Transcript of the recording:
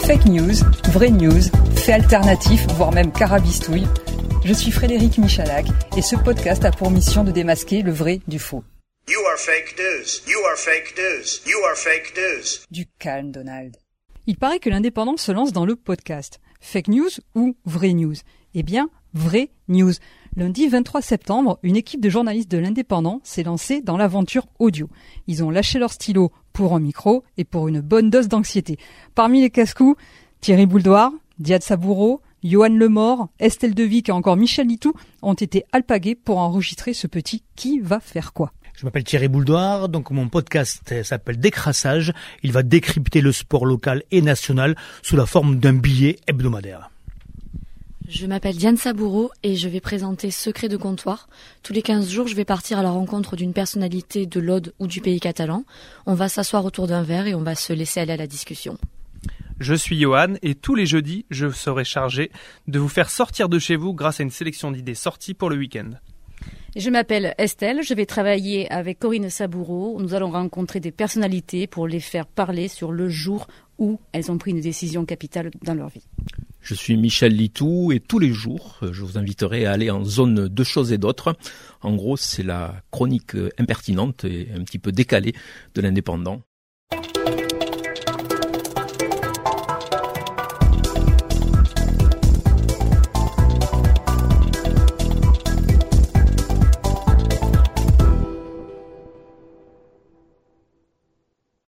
Fake news, vraie news, fait alternatif, voire même carabistouille. Je suis Frédéric Michalak et ce podcast a pour mission de démasquer le vrai du faux. You are fake news. You are fake news. You are fake news. Du calme, Donald. Il paraît que l'Indépendant se lance dans le podcast. Fake news ou vraie news ? Eh bien, vraie news. Lundi 23 septembre, une équipe de journalistes de l'Indépendant s'est lancée dans l'aventure audio. Ils ont lâché leur stylo pour un micro et pour une bonne dose d'anxiété. Parmi les casse-coups, Thierry Bouldoir, Diad Saboureau, Johan Lemort, Estelle Devic et encore Michel Litou ont été alpagués pour enregistrer ce petit « Qui va faire quoi ?» Je m'appelle Thierry Bouldoir, donc mon podcast s'appelle Décrassage. Il va décrypter le sport local et national sous la forme d'un billet hebdomadaire. Je m'appelle Diane Saboureau et je vais présenter Secret de comptoir. Tous les 15 jours, je vais partir à la rencontre d'une personnalité de l'Aude ou du pays catalan. On va s'asseoir autour d'un verre et on va se laisser aller à la discussion. Je suis Johan et tous les jeudis, je serai chargé de vous faire sortir de chez vous grâce à une sélection d'idées sorties pour le week-end. Je m'appelle Estelle, je vais travailler avec Corinne Saboureau. Nous allons rencontrer des personnalités pour les faire parler sur le jour où elles ont pris une décision capitale dans leur vie. Je suis Michel Litou et tous les jours, je vous inviterai à aller en zone de choses et d'autres. En gros, c'est la chronique impertinente et un petit peu décalée de l'Indépendant.